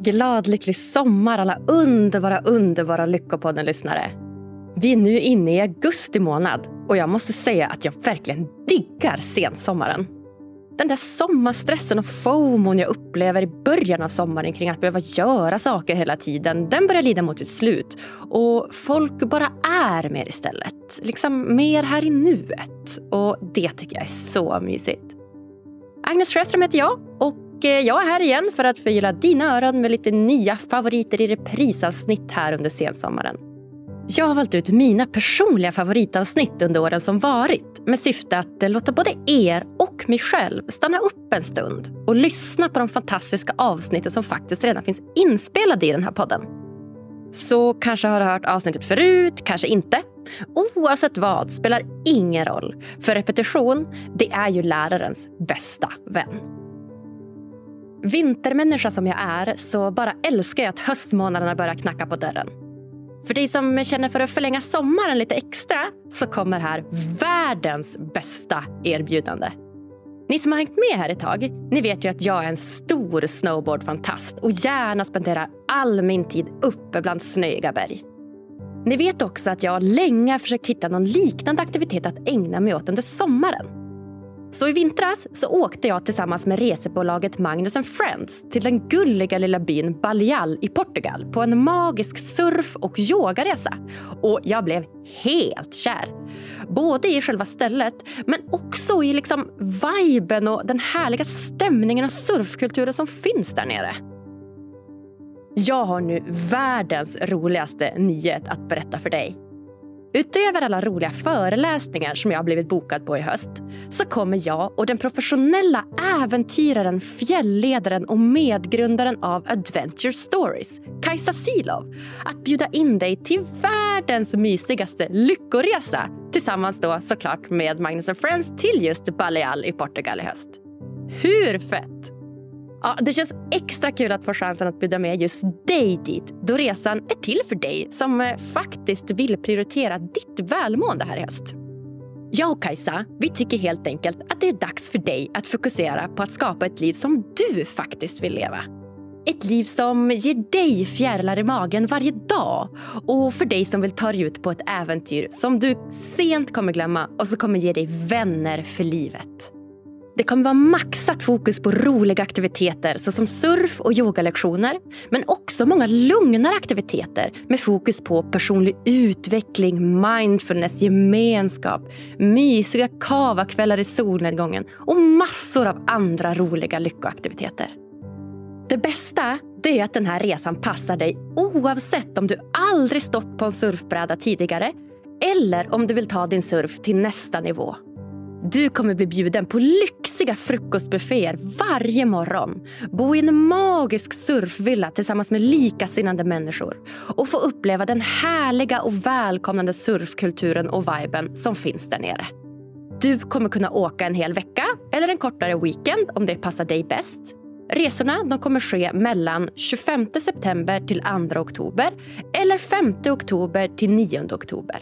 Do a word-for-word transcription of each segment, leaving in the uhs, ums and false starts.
Glad, lycklig sommar alla underbara, underbara Lyckopodden-lyssnare. Vi är nu inne i augusti månad och jag måste säga att jag verkligen diggar sensommaren. Den där sommarstressen och FOMOn jag upplever i början av sommaren kring att behöva göra saker hela tiden, den börjar lida mot sitt slut. Och folk bara är mer istället. Liksom mer här i nuet. Och det tycker jag är så mysigt. Agnes Sjöström heter jag och jag är här igen för att förgylla dina öron med lite nya favoriter i reprisavsnitt här under sensommaren. Jag har valt ut mina personliga favoritavsnitt under åren som varit med syfte att låta både er och mig själv stanna upp en stund och lyssna på de fantastiska avsnitten som faktiskt redan finns inspelade i den här podden. Så kanske har du hört avsnittet förut, kanske inte. Oavsett vad spelar ingen roll, för repetition, det är ju lärarens bästa vän. Vintermänniska som jag är så bara älskar jag att höstmånaderna börjar knacka på dörren. För dig som känner för att förlänga sommaren lite extra så kommer här världens bästa erbjudande. Ni som har hängt med här ett tag, ni vet ju att jag är en stor snowboardfantast och gärna spenderar all min tid uppe bland snöiga berg. Ni vet också att jag länge har försökt hitta någon liknande aktivitet att ägna mig åt under sommaren. Så i vintras så åkte jag tillsammans med resebolaget Magnus and Friends till den gulliga lilla byn Baleal i Portugal på en magisk surf- och yogaresa. Och jag blev helt kär. Både i själva stället men också i liksom viben och den härliga stämningen och surfkulturen som finns där nere. Jag har nu världens roligaste nyhet att berätta för dig. Utöver alla roliga föreläsningar som jag har blivit bokad på i höst så kommer jag och den professionella äventyraren, fjällledaren och medgrundaren av Adventure Stories, Kajsa Silov, att bjuda in dig till världens mysigaste lyckoresa tillsammans då såklart med Magnus and Friends till just Baleal i Portugal i höst. Hur fett! Ja, det känns extra kul att få chansen att bjuda med just dig dit, då resan är till för dig som faktiskt vill prioritera ditt välmående här i höst. Jag och Kajsa, vi tycker helt enkelt att det är dags för dig att fokusera på att skapa ett liv som du faktiskt vill leva. Ett liv som ger dig fjärilar i magen varje dag och för dig som vill ta dig ut på ett äventyr som du sent kommer glömma och som kommer ge dig vänner för livet. Det kommer vara maxat fokus på roliga aktiviteter såsom surf- och yogalektioner, men också många lugnare aktiviteter med fokus på personlig utveckling, mindfulness, gemenskap, mysiga kavakvällar i solnedgången och massor av andra roliga lyckoaktiviteter. Det bästa det är att den här resan passar dig oavsett om du aldrig stått på en surfbräda tidigare eller om du vill ta din surf till nästa nivå. Du kommer bli bjuden på lyxiga frukostbufféer varje morgon, bo i en magisk surfvilla tillsammans med likasinnande människor och få uppleva den härliga och välkomnande surfkulturen och viben som finns där nere. Du kommer kunna åka en hel vecka eller en kortare weekend om det passar dig bäst. Resorna de kommer ske mellan tjugofemte september till andra oktober eller femte oktober till nionde oktober.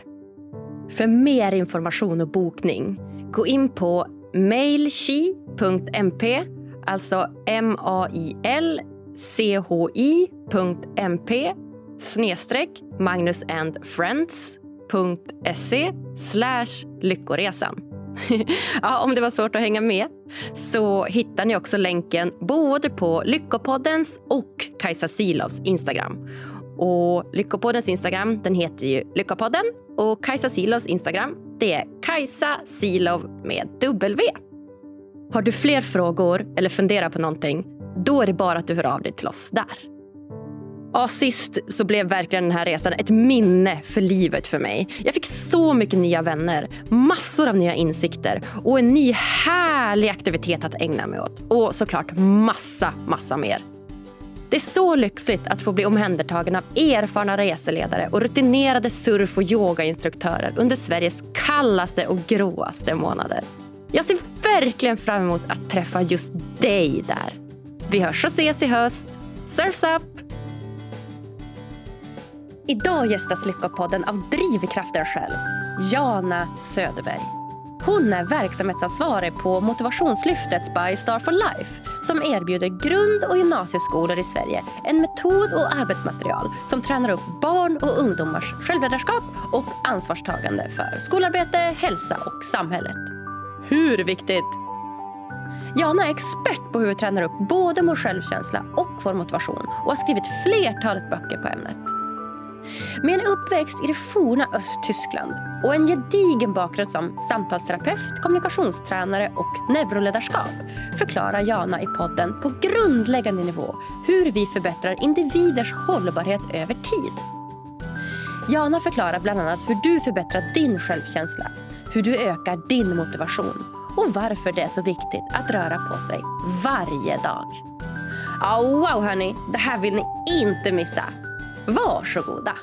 För mer information och bokning, gå in på mailchi punkt m p, alltså m a i l c h i punkt m p snedstreck magnusandfriends.se slash lyckoresan. Ja, om det var svårt att hänga med så hittar ni också länken både på Lyckopoddens och Kajsa Silovs Instagram. Och Lyckopoddens Instagram, den heter ju Lyckopodden, och Kajsa Silovs Instagram, det är Kajsa Silov med W. Har du fler frågor eller funderar på någonting, då är det bara att du hör av dig till oss där. Ja, sist så blev verkligen den här resan ett minne för livet för mig. Jag fick så mycket nya vänner, massor av nya insikter och en ny härlig aktivitet att ägna mig åt. Och såklart massa, massa mer. Det är så lyxigt att få bli omhändertagen av erfarna reseledare och rutinerade surf- och yogainstruktörer under Sveriges kallaste och gråaste månader. Jag ser verkligen fram emot att träffa just dig där. Vi hörs och ses i höst. Surfs up! Idag gästas Lyckopodden av drivkraften själv, Jana Söderberg. Hon är verksamhetsansvarig på Motivationslyftet by Star for Life som erbjuder grund- och gymnasieskolor i Sverige en metod och arbetsmaterial som tränar upp barn och ungdomars självledarskap och ansvarstagande för skolarbete, hälsa och samhället. Hur viktigt? Jana är expert på hur vi tränar upp både vår självkänsla och vår motivation och har skrivit flertalet böcker på ämnet. Med en uppväxt i det forna Östtyskland och en gedigen bakgrund som samtalsterapeut, kommunikationstränare och neuroledarskap förklarar Jana i podden på grundläggande nivå hur vi förbättrar individers hållbarhet över tid. Jana förklarar bland annat hur du förbättrar din självkänsla, hur du ökar din motivation och varför det är så viktigt att röra på sig varje dag. Oh, wow hörni, det här vill ni inte missa. Varsågoda!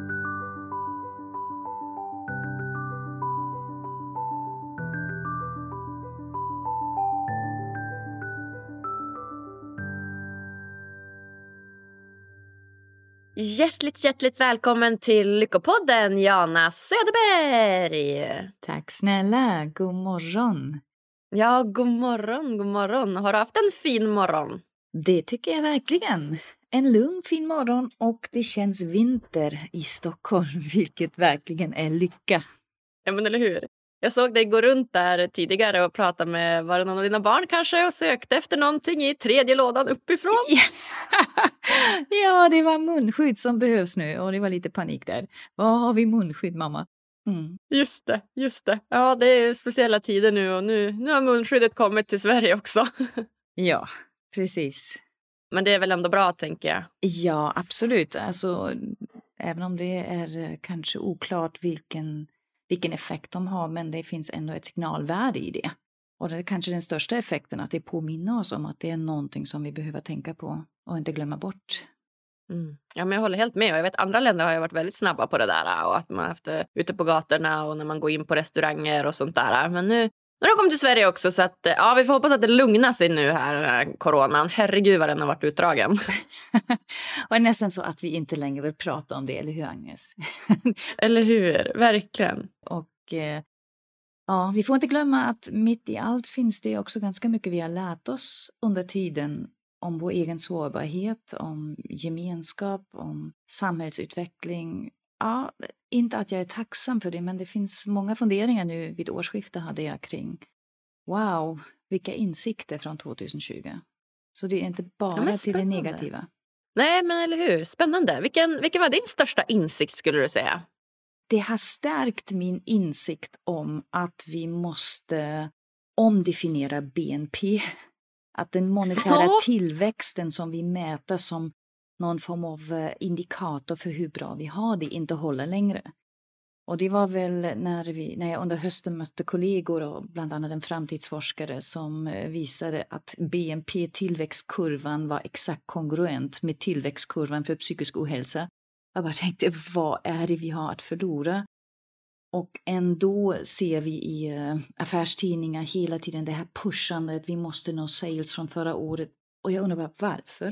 Hjärtligt, hjärtligt välkommen till Lyckopodden, Jana Söderberg. Tack snälla, god morgon. Ja, god morgon, god morgon. Har du haft en fin morgon? Det tycker jag verkligen. En lugn fin morgon och det känns vinter i Stockholm, vilket verkligen är lycka. Ja, men eller hur? Jag såg dig gå runt där tidigare och prata med, var det någon av dina barn kanske, och sökte efter någonting i tredje lådan uppifrån. Ja, det var munskydd som behövs nu och det var lite panik där. Vad har vi munskydd, mamma? Mm. Just det, just det. Ja, det är speciella tider nu och nu, nu har munskyddet kommit till Sverige också. Ja, precis. Men det är väl ändå bra, tänker jag. Ja, absolut. Alltså, även om det är kanske oklart vilken, vilken effekt de har, men det finns ändå ett signalvärde i det. Och det är kanske den största effekten, att det påminner oss om att det är någonting som vi behöver tänka på och inte glömma bort. Mm. Ja, men jag håller helt med. Och jag vet andra länder har ju varit väldigt snabba på det där. Och att man har haft det ute på gatorna och när man går in på restauranger och sånt där. Men nu, nu har de kommit till Sverige också, så att ja, vi får hoppas att det lugnar sig nu här, den här coronan. Herregud vad den har varit utdragen. Och det är nästan så att vi inte längre vill prata om det, eller hur Agnes? Eller hur, verkligen. Och eh, ja, vi får inte glömma att mitt i allt finns det också ganska mycket vi har lärt oss under tiden om vår egen sårbarhet, om gemenskap, om samhällsutveckling. Ja, inte att jag är tacksam för det, men det finns många funderingar nu vid årsskiftet hade jag kring wow, vilka insikter från tjugohundratjugo. Så det är inte bara ja, till det negativa. Nej, men eller hur? Spännande. Vilken, vilken var din största insikt, skulle du säga? Det har stärkt min insikt om att vi måste omdefiniera B N P. Att den monetära ja. tillväxten som vi mäter som någon form av indikator för hur bra vi har det inte håller längre. Och det var väl när, vi, när jag under hösten mötte kollegor och bland annat en framtidsforskare som visade att B N P-tillväxtkurvan var exakt kongruent med tillväxtkurvan för psykisk ohälsa. Jag bara tänkte, vad är det vi har att förlora? Och ändå ser vi i affärstidningar hela tiden det här pushandet, vi måste nå sales från förra året. Och jag undrar bara, varför?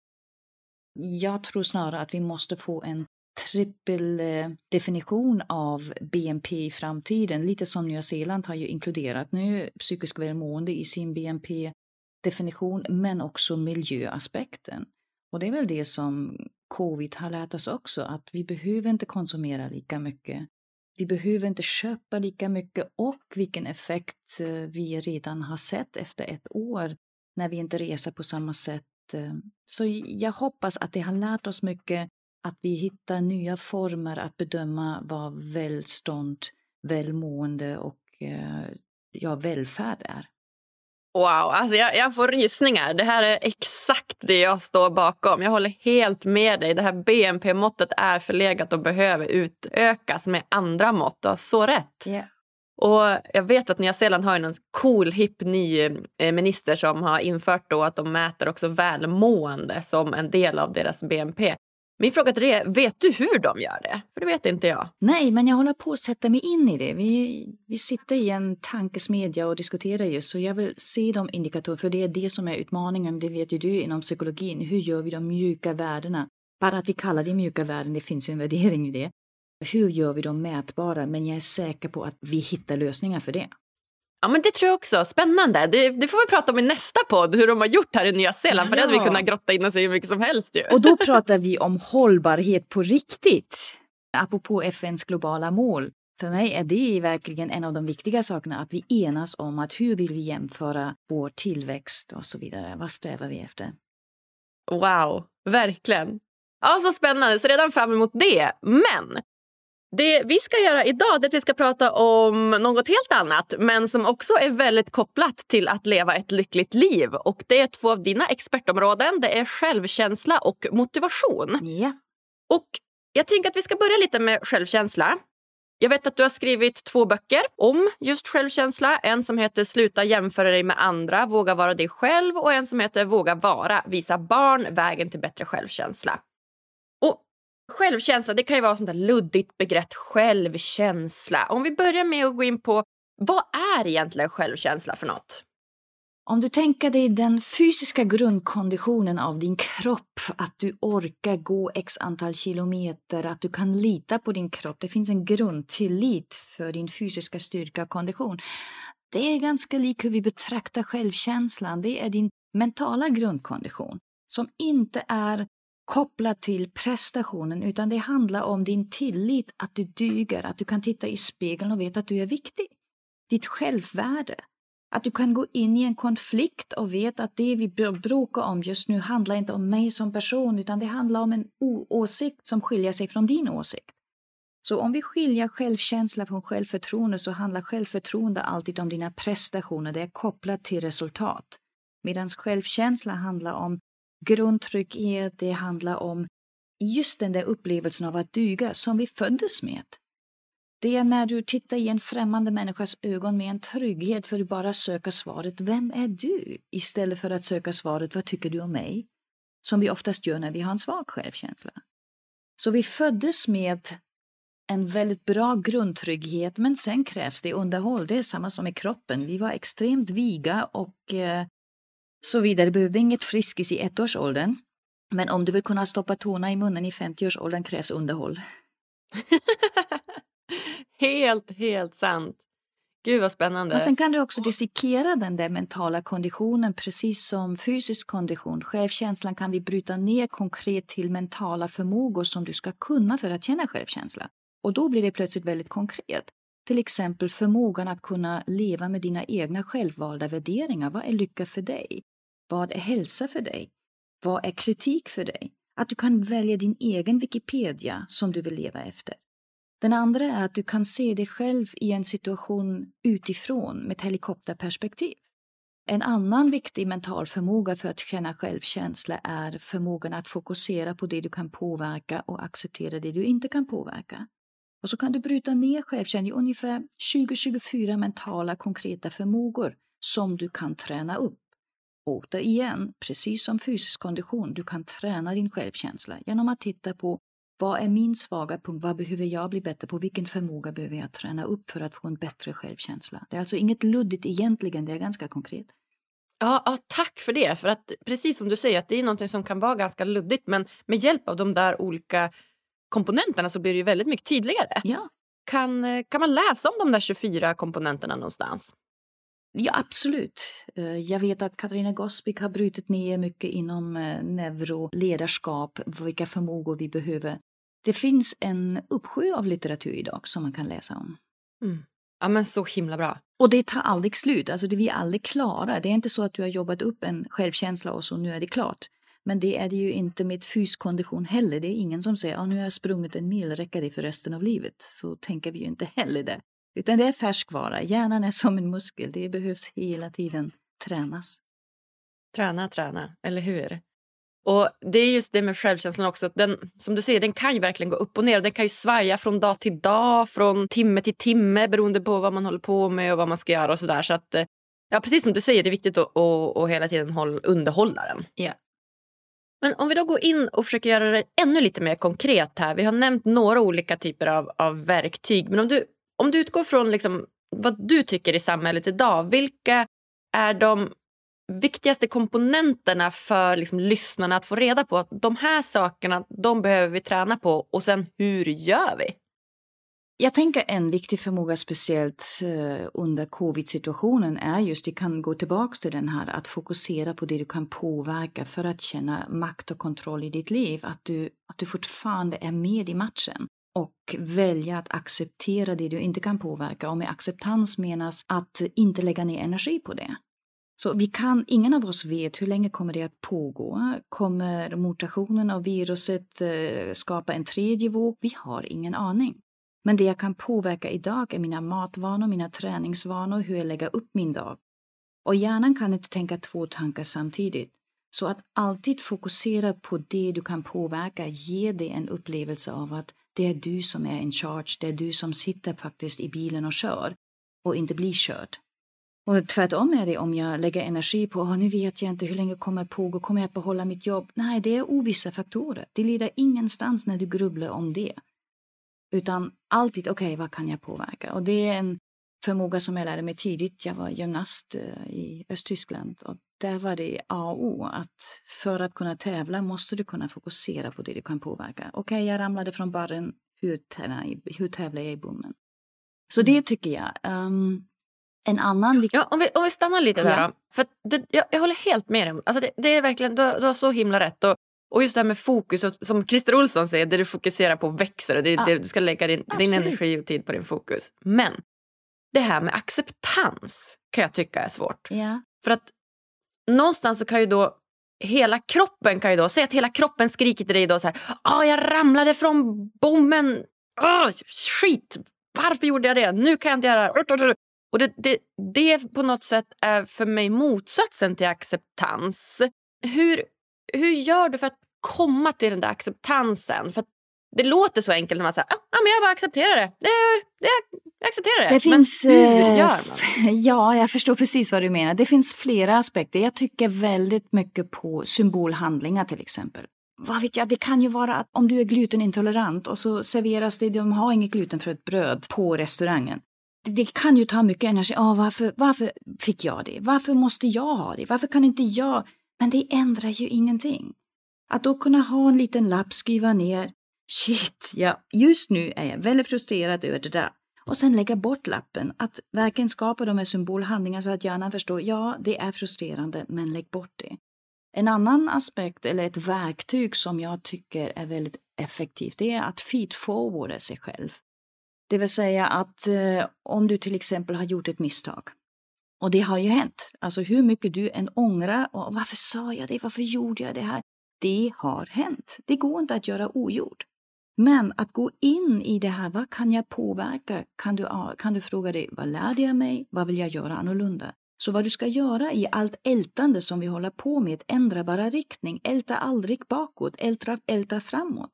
Jag tror snarare att vi måste få en trippel definition av B N P i framtiden. Lite som Nya Zeeland har ju inkluderat nu psykisk välmående i sin B N P-definition, men också miljöaspekten. Och det är väl det som covid har lärt oss också, att vi behöver inte konsumera lika mycket. Vi behöver inte köpa lika mycket, och vilken effekt vi redan har sett efter ett år när vi inte reser på samma sätt. Så jag hoppas att det har lärt oss mycket, att vi hittar nya former att bedöma vad välstånd, välmående och ja, välfärd är. Wow, alltså jag, jag får rysningar. Det här är exakt det jag står bakom. Jag håller helt med dig. Det här B N P-måttet är förlegat och behöver utökas med andra mått. Du har så rätt. Yeah. Och jag vet att Nya Zeeland har en cool, hipp, ny minister som har infört då att de mäter också välmående som en del av deras B N P. Min fråga till dig är, vet du hur de gör det? För det vet inte jag. Nej, men jag håller på att sätta mig in i det. Vi, vi sitter i en tankesmedja och diskuterar just, så jag vill se de indikatorer, för det är det som är utmaningen. Det vet ju du inom psykologin. Hur gör vi de mjuka värdena? Bara att vi kallar det mjuka värden, det finns ju en värdering i det. Hur gör vi dem mätbara? Men jag är säker på att vi hittar lösningar för det. Ja, men det tror jag också. Spännande. Det, det får vi prata om i nästa podd, hur de har gjort här i Nya Zeeland. Ja. För det hade vi kunnat grotta in oss i hur mycket som helst. Ju. Och då pratar vi om hållbarhet på riktigt. Apropå F N:s globala mål. För mig är det verkligen en av de viktiga sakerna. Att vi enas om att hur vill vi jämföra vår tillväxt och så vidare. Vad strävar vi efter? Wow, verkligen. Ja, så spännande. Så redan fram emot det. Men det vi ska göra idag är att vi ska prata om något helt annat, men som också är väldigt kopplat till att leva ett lyckligt liv. Och det är två av dina expertområden. Det är självkänsla och motivation. Ja. Och jag tänker att vi ska börja lite med självkänsla. Jag vet att du har skrivit två böcker om just självkänsla. En som heter Sluta jämföra dig med andra, våga vara dig själv. Och en som heter Våga vara, visa barn vägen till bättre självkänsla. Och självkänsla, det kan ju vara sånt där luddigt begrepp, självkänsla. Om vi börjar med att gå in på, vad är egentligen självkänsla för något? Om du tänker dig den fysiska grundkonditionen av din kropp, att du orkar gå x antal kilometer, att du kan lita på din kropp. Det finns en grundtillit för din fysiska styrka och kondition. Det är ganska lik hur vi betraktar självkänslan. Det är din mentala grundkondition som inte är kopplad till prestationen, utan det handlar om din tillit att du duger, att du kan titta i spegeln och veta att du är viktig. Ditt självvärde. Att du kan gå in i en konflikt och veta att det vi bråkar om just nu handlar inte om mig som person, utan det handlar om en åsikt som skiljer sig från din åsikt. Så om vi skiljer självkänsla från självförtroende, så handlar självförtroende alltid om dina prestationer. Det är kopplat till resultat. Medan självkänsla handlar om grundtrygghet, det handlar om just den där upplevelsen av att duga som vi föddes med. Det är när du tittar i en främmande människas ögon med en trygghet för att bara söka svaret, vem är du? Istället för att söka svaret, vad tycker du om mig? Som vi oftast gör när vi har en svag självkänsla. Så vi föddes med en väldigt bra grundtrygghet, men sen krävs det underhåll. Det är samma som i kroppen. Vi var extremt viga och eh, så vidare. Behövde inget friskis i ettårsåldern. Men om du vill kunna stoppa tårna i munnen i femtioårsåldern krävs underhåll. Helt, helt sant. Gud vad spännande. Och sen kan du också dissekera den där mentala konditionen precis som fysisk kondition. Självkänslan kan vi bryta ner konkret till mentala förmågor som du ska kunna för att känna självkänsla. Och då blir det plötsligt väldigt konkret. Till exempel förmågan att kunna leva med dina egna självvalda värderingar. Vad är lycka för dig? Vad är hälsa för dig? Vad är kritik för dig? Att du kan välja din egen Wikipedia som du vill leva efter. Den andra är att du kan se dig själv i en situation utifrån med ett helikopterperspektiv. En annan viktig mental förmåga för att känna självkänsla är förmågan att fokusera på det du kan påverka och acceptera det du inte kan påverka. Och så kan du bryta ner självkänsla i ungefär tjugo till tjugofyra mentala konkreta förmågor som du kan träna upp. Återigen, precis som fysisk kondition, du kan träna din självkänsla genom att titta på vad är min svaga punkt, vad behöver jag bli bättre på, vilken förmåga behöver jag träna upp för att få en bättre självkänsla. Det är alltså inget luddigt egentligen, det är ganska konkret. Ja, ja, tack för det. För att precis som du säger, att det är något som kan vara ganska luddigt, men med hjälp av de där olika komponenterna så blir det ju väldigt mycket tydligare. Ja. Kan, kan man läsa om de där tjugofyra komponenterna någonstans? Ja, absolut. Jag vet att Katarina Gospic har brutit ner mycket inom neuroledarskap, vilka förmågor vi behöver. Det finns en uppsjö av litteratur idag som man kan läsa om. Mm. Ja, men så himla bra. Och det tar aldrig slut, alltså det vi är aldrig klara. Det är inte så att du har jobbat upp en självkänsla och så nu är det klart. Men det är det ju inte med fyskondition heller. Det är ingen som säger, ah, nu har jag sprungit en mil, räcker det för resten av livet? Så tänker vi ju inte heller det. Utan det är färskvara. Hjärnan är som en muskel. Det behövs hela tiden tränas. Träna, träna. Eller hur? Och det är just det med självkänslan också. Den, som du säger, den kan ju verkligen gå upp och ner. Den kan ju svaja från dag till dag. Från timme till timme. Beroende på vad man håller på med och vad man ska göra och sådär. Så att, ja, precis som du säger, det är viktigt att, att, att hela tiden hålla, underhålla den. Ja. Men om vi då går in och försöker göra det ännu lite mer konkret här. Vi har nämnt några olika typer av, av verktyg. Men om du Om du utgår från liksom vad du tycker i samhället idag, vilka är de viktigaste komponenterna för liksom lyssnarna att få reda på att de här sakerna, de behöver vi träna på och sen hur gör vi? Jag tänker en viktig förmåga speciellt uh, under covid-situationen är just, vi kan gå tillbaka till den här, att fokusera på det du kan påverka för att känna makt och kontroll i ditt liv. Att du, att du fortfarande är med i matchen och välja att acceptera det du inte kan påverka. Och med acceptans menas att inte lägga ner energi på det. Så vi kan, ingen av oss vet hur länge kommer det att pågå. Kommer mutationen av viruset uh, skapa en tredje våg? Vi har ingen aning. Men det jag kan påverka idag är mina matvanor, mina träningsvanor, hur jag lägger upp min dag. Och hjärnan kan inte tänka två tankar samtidigt. Så att alltid fokusera på det du kan påverka ger dig en upplevelse av att det är du som är in charge. Det är du som sitter faktiskt i bilen och kör och inte blir körd. Och tvärtom är det om jag lägger energi på, oh, nu vet jag inte hur länge kommer jag pågå, kommer jag behålla mitt jobb? Nej, det är ovissa faktorer. Det leder ingenstans när du grubblar om det. Utan alltid, okej, okay, vad kan jag påverka? Och det är en förmåga som jag lärde mig tidigt. Jag var gymnast i Östtyskland och där var det A och O att för att kunna tävla måste du kunna fokusera på det du kan påverka. Okej, okay, jag ramlade från barren, hur, hur tävlar jag i bommen? Så det tycker jag. Um, en annan... Ja, om, vi, om vi stannar lite där ja. då. För det, jag, jag håller helt med dig. Alltså det, det är verkligen, du, du har så himla rätt. Och, och just det här med fokus, och, som Christer Olsson säger, det du fokuserar på växer. Och det, ja. det, du ska lägga din, din energi och tid på din fokus. Men det här med acceptans kan jag tycka är svårt. Ja. För att någonstans så kan ju då hela kroppen kan ju då, säg att hela kroppen skriker till dig då så här, åh, jag ramlade från bommen, åh, skit, varför gjorde jag det? Nu kan jag inte göra det. Och det, det, det på något sätt är för mig motsatsen till acceptans. Hur, hur gör du för att komma till den där acceptansen? För att det låter så enkelt när man säger, ja, men jag bara accepterar det. det, det jag accepterar det. Det men finns, hur gör man? Ja, jag förstår precis vad du menar. Det finns flera aspekter. Jag tycker väldigt mycket på symbolhandlingar till exempel. Vad vet jag, det kan ju vara att om du är glutenintolerant och så serveras det, de har inget gluten för ett bröd på restaurangen. Det, det kan ju ta mycket energi. Oh, varför, varför fick jag det? Varför måste jag ha det? Varför kan inte jag? Men det ändrar ju ingenting. Att då kunna ha en liten lapp, skriva ner. Shit, ja, just nu är jag väldigt frustrerad över det där. Och sen lägga bort lappen. Att verkligen skapa de här symbolhandlingarna så att hjärnan förstår, ja, det är frustrerande, men lägg bort det. En annan aspekt eller ett verktyg som jag tycker är väldigt effektivt, det är att feedforwarda sig själv. Det vill säga att eh, om du till exempel har gjort ett misstag. Och det har ju hänt. Alltså hur mycket du än ångrar. Och varför sa jag det? Varför gjorde jag det här? Det har hänt. Det går inte att göra ogjort. Men att gå in i det här, vad kan jag påverka? Kan du, kan du fråga dig, vad lärde jag mig? Vad vill jag göra annorlunda? Så vad du ska göra i allt ältande som vi håller på med, ändra bara riktning, älta aldrig bakåt, älta, älta framåt.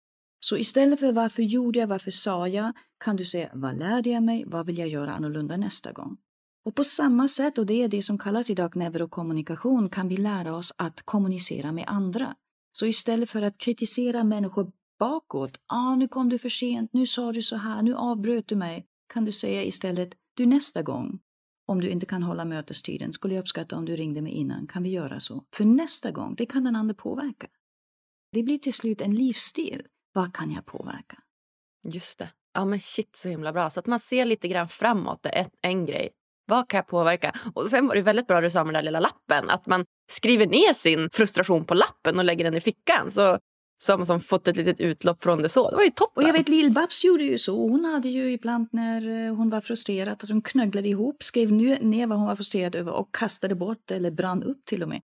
Så istället för varför gjorde jag, varför sa jag, kan du säga, vad lärde jag mig? Vad vill jag göra annorlunda nästa gång? Och på samma sätt, och det är det som kallas idag neurokommunikation, kan vi lära oss att kommunicera med andra. Så istället för att kritisera människor bakåt, ah, nu kom du för sent, nu sa du så här, nu avbröt du mig, kan du säga istället, du nästa gång, om du inte kan hålla mötestiden, skulle jag uppskatta om du ringde mig innan, kan vi göra så? För nästa gång, det kan den andra påverka. Det blir till slut en livsstil. Vad kan jag påverka? Just det. Ja men shit, så himla bra. Så att man ser lite grann framåt, det är en grej. Vad kan jag påverka? Och sen var det väldigt bra du sa med den där lilla lappen. Att man skriver ner sin frustration på lappen och lägger den i fickan. Så som, som fått ett litet utlopp från det så. Det var ju toppen. Och jag vet, Lill-Babs gjorde ju så. Hon hade ju ibland när hon var frustrerad att hon knögglade ihop, skrev ner vad hon var frustrerad över och kastade bort eller brann upp till och med.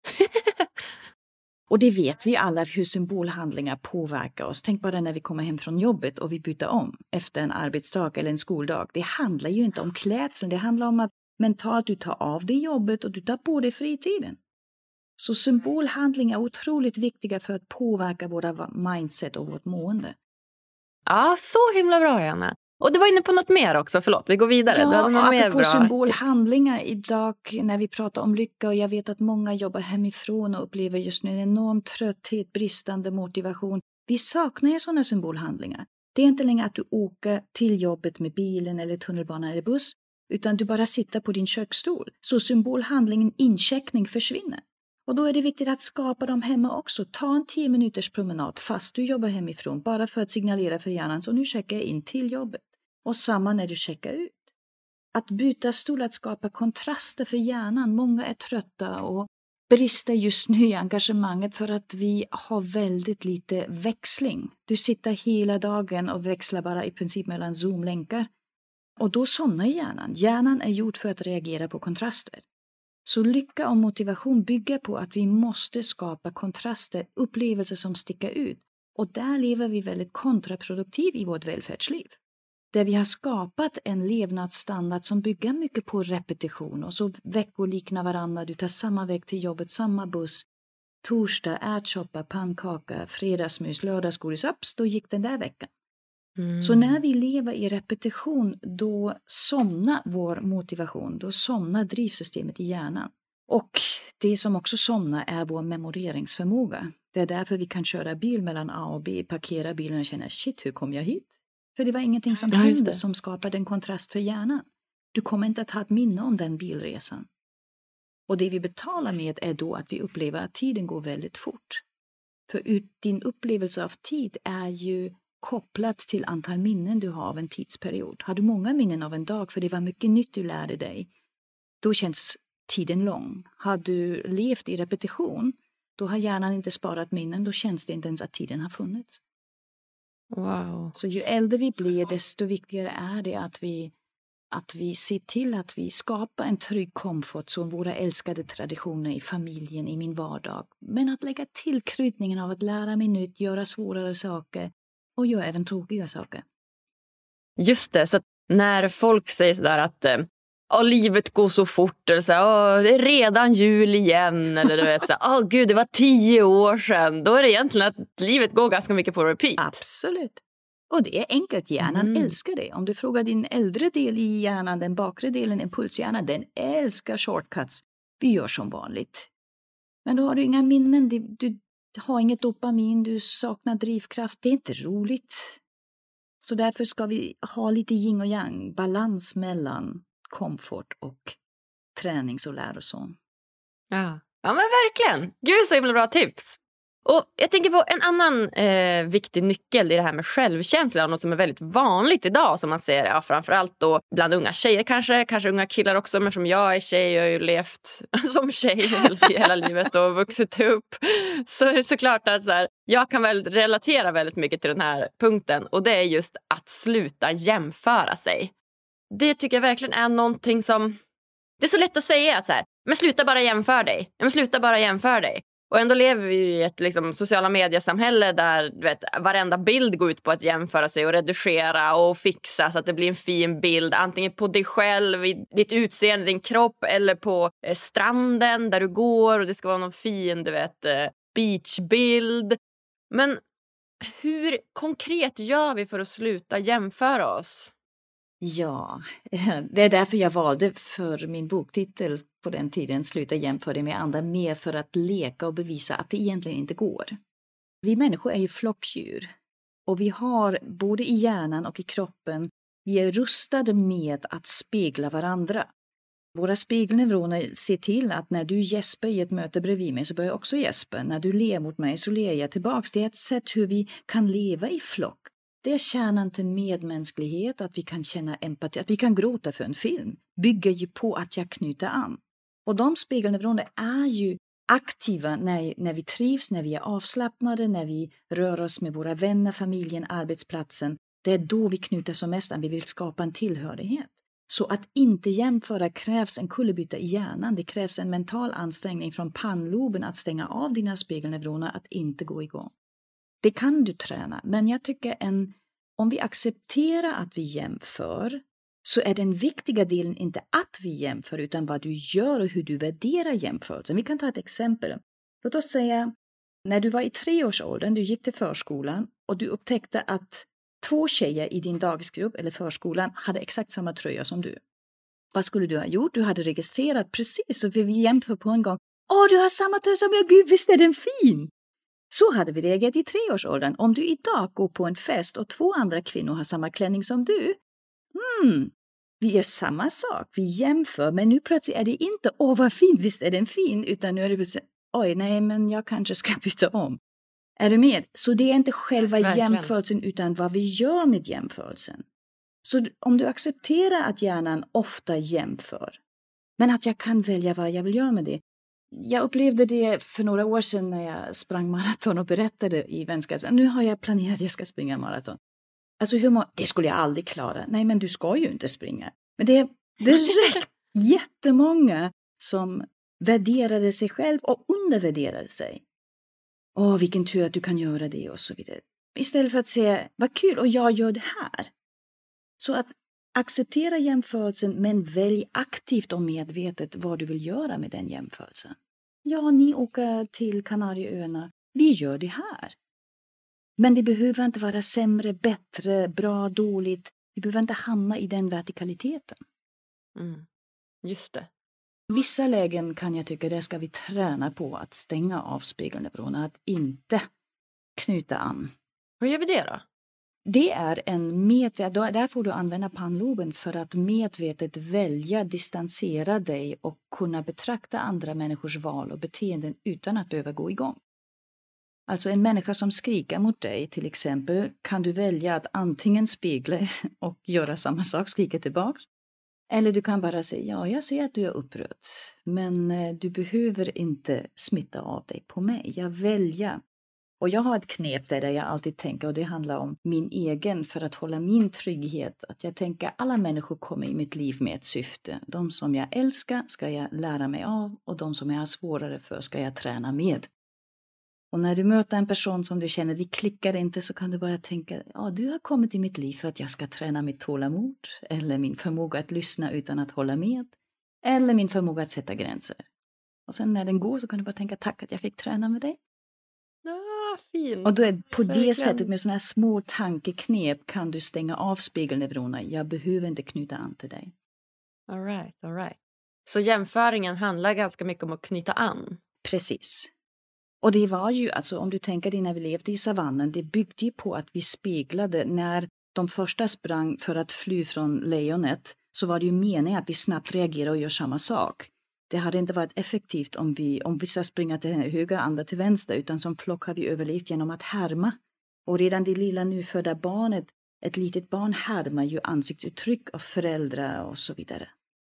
Och det vet vi alla hur symbolhandlingar påverkar oss. Tänk bara när vi kommer hem från jobbet och vi byter om efter en arbetsdag eller en skoldag. Det handlar ju inte om klädseln. Det handlar om att mentalt du tar av dig jobbet och du tar på dig fritiden. Så symbolhandlingar är otroligt viktiga för att påverka våra mindset och vårt mående. Ja, så himla bra, Janne. Och du var inne på något mer också, förlåt, vi går vidare. Ja, du hade något mer bra symbolhandlingar tips. Idag när vi pratar om lycka, och jag vet att många jobbar hemifrån och upplever just nu en enorm trötthet, bristande motivation. Vi saknar ju sådana symbolhandlingar. Det är inte längre att du åker till jobbet med bilen eller tunnelbanan eller buss, utan du bara sitter på din köksstol. Så symbolhandlingen incheckning försvinner. Och då är det viktigt att skapa dem hemma också. Ta en tio minuters promenad fast du jobbar hemifrån, bara för att signalera för hjärnan, så nu checkar jag in till jobbet. Och samma när du checkar ut. Att byta stol, att skapa kontraster för hjärnan. Många är trötta och brister just nu i engagemanget för att vi har väldigt lite växling. Du sitter hela dagen och växlar bara i princip mellan Zoom-länkar. Och då somnar hjärnan. Hjärnan är gjord för att reagera på kontraster. Så lycka och motivation bygger på att vi måste skapa kontraster, upplevelser som sticker ut. Och där lever vi väldigt kontraproduktivt i vårt välfärdsliv. Där vi har skapat en levnadsstandard som bygger mycket på repetition. Och så veckor liknar varandra, du tar samma väg till jobbet, samma buss. Torsdag, ärtsoppa, pannkaka, fredagsmys, lördagsgodis, ups, då gick den där veckan. Mm. Så när vi lever i repetition, då somnar vår motivation, då somnar drivsystemet i hjärnan. Och det som också somnar är vår memoreringsförmåga. Det är därför vi kan köra bil mellan A och B, parkera bilen och känna, shit, hur kom jag hit? För det var ingenting som hände som skapade en kontrast för hjärnan. Du kommer inte att ha ett minne om den bilresan. Och det vi betalar med är då att vi upplever att tiden går väldigt fort. För ut, din upplevelse av tid är ju kopplat till antal minnen du har av en tidsperiod. Har du många minnen av en dag för det var mycket nytt du lärde dig, då känns tiden lång. Har du levt i repetition, då har hjärnan inte sparat minnen, då känns det inte ens att tiden har funnits. Wow. Så ju äldre vi blir, desto viktigare är det att vi, att vi ser till att vi skapar en trygg komfortzon, våra älskade traditioner i familjen, i min vardag. Men att lägga till kryddningen av att lära mig nytt, göra svårare saker och göra även tråkiga saker. Just det, så att när folk säger sådär att oh, livet går så fort, eller så här, oh, det är redan jul igen, eller du vet så här, oh, gud, det var tio år sedan, då är det egentligen att livet går ganska mycket på repeat. Absolut. Och det är enkelt, hjärnan mm. älskar det. Om du frågar din äldre del i hjärnan, den bakre delen, impulshjärnan, den älskar shortcuts. Vi gör som vanligt. Men då har du inga minnen, du, du har inget dopamin, du saknar drivkraft, det är inte roligt. Så därför ska vi ha lite yin och yang, balans mellan komfort och tränings- och läroson. Ja. ja, men verkligen. Gud, så himla bra tips. Och jag tänker på en annan eh, viktig nyckel i det här med självkänsla. Något som är väldigt vanligt idag som man ser, ja, framförallt då bland unga tjejer kanske. Kanske unga killar också, men som jag är tjej, jag har ju levt som tjej hela, hela livet och vuxit upp. Så är det såklart att så här, jag kan väl relatera väldigt mycket till den här punkten. Och det är just att sluta jämföra sig. Det tycker jag verkligen är någonting som... Det är så lätt att säga att så här, men sluta bara jämföra dig. Men sluta bara jämföra dig. Och ändå lever vi i ett liksom, sociala mediesamhälle där du vet, varenda bild går ut på att jämföra sig och redigera och fixa så att det blir en fin bild. Antingen på dig själv, i ditt utseende, din kropp eller på eh, stranden där du går och det ska vara någon fin du vet, eh, beachbild. Men hur konkret gör vi för att sluta jämföra oss? Ja, det är därför jag valde för min boktitel på den tiden sluta jämföra med andra, mer för att leka och bevisa att det egentligen inte går. Vi människor är ju flockdjur och vi har både i hjärnan och i kroppen, vi är rustade med att spegla varandra. Våra spegelneuroner ser till att när du gäspar i ett möte bredvid mig så börjar jag också gäspa. När du ler mot mig så ler jag tillbaks. Det är ett sätt hur vi kan leva i flock. Det är kärnan till medmänsklighet, att vi kan känna empati, att vi kan gråta för en film. Bygger ju på att jag knyter an. Och de spegelneuroner är ju aktiva när, när vi trivs, när vi är avslappnade, när vi rör oss med våra vänner, familjen, arbetsplatsen. Det är då vi knyter som mest an, vi vill skapa en tillhörighet. Så att inte jämföra krävs en kullerbytta i hjärnan. Det krävs en mental ansträngning från pannloben att stänga av dina spegelneuroner, att inte gå igång. Det kan du träna, men jag tycker en, om vi accepterar att vi jämför så är den viktiga delen inte att vi jämför utan vad du gör och hur du värderar jämförelsen. Vi kan ta ett exempel. Låt oss säga när du var i treårsåldern, du gick till förskolan och du upptäckte att två tjejer i din dagisgrupp eller förskolan hade exakt samma tröja som du. Vad skulle du ha gjort? Du hade registrerat precis och vi jämför på en gång. Åh, du har samma tröja som jag, gud visst är den fin! Så hade vi reagerat i treårsåldern. Om du idag går på en fest och två andra kvinnor har samma klänning som du. Hmm, vi gör samma sak. Vi jämför, men nu plötsligt är det inte åh vad fin, visst är den fin. Utan nu är det plötsligt, oj nej men jag kanske ska byta om. Är du med? Så det är inte själva Verkligen. jämförelsen utan vad vi gör med jämförelsen. Så om du accepterar att hjärnan ofta jämför, men att jag kan välja vad jag vill göra med det. Jag upplevde det för några år sedan när jag sprang maraton och berättade i vänskapssammanhang. Nu har jag planerat att jag ska springa maraton. Alltså hur må- det skulle jag aldrig klara. Nej, men du ska ju inte springa. Men det är direkt jättemånga som värderade sig själv och undervärderade sig. Åh, vilken tur att du kan göra det och så vidare. Istället för att säga, vad kul och jag gör det här. Så att acceptera jämförelsen, men välj aktivt och medvetet vad du vill göra med den jämförelsen. Ja, ni åker till Kanarieöarna. Vi gör det här. Men det behöver inte vara sämre, bättre, bra, dåligt. Vi behöver inte hamna i den vertikaliteten. Mm. Just det. I vissa lägen kan jag tycka att ska vi träna på att stänga av spegelneuronerna, att inte knyta an. Hur gör vi det då? Det är en medvet- där får du använda pannloben för att medvetet välja, distansera dig och kunna betrakta andra människors val och beteenden utan att behöva gå igång. Alltså en människa som skriker mot dig till exempel kan du välja att antingen spegla och göra samma sak, skrika tillbaks. Eller du kan bara säga, ja jag ser att du är upprörd, men du behöver inte smitta av dig på mig. Jag väljer. Och jag har ett knep där jag alltid tänker, och det handlar om min egen, för att hålla min trygghet. Att jag tänker alla människor kommer i mitt liv med ett syfte. De som jag älskar ska jag lära mig av och de som jag har svårare för ska jag träna med. Och när du möter en person som du känner, det klickar inte, så kan du bara tänka, ja du har kommit i mitt liv för att jag ska träna mitt tålamod. Eller min förmåga att lyssna utan att hålla med. Eller min förmåga att sätta gränser. Och sen när den går så kan du bara tänka, tack att jag fick träna med dig. Ja, fint. Och då är på det Verkligen. sättet med sådana här små tankeknep kan du stänga av spegelneuronerna. Jag behöver inte knyta an till dig. All right, all right. Så jämföringen handlar ganska mycket om att knyta an. Precis. Och det var ju, alltså om du tänker dig när vi levde i savannen, det byggde ju på att vi speglade. När de första sprang för att fly från lejonet så var det ju meningen att vi snabbt reagerar och gör samma sak. Det hade inte varit effektivt om vi, om vi ska springa till höger, andra till vänster, utan som flock har vi överlevt genom att härma. Och redan det lilla nyfödda barnet, ett litet barn härmar ju ansiktsuttryck av föräldrar och så vidare.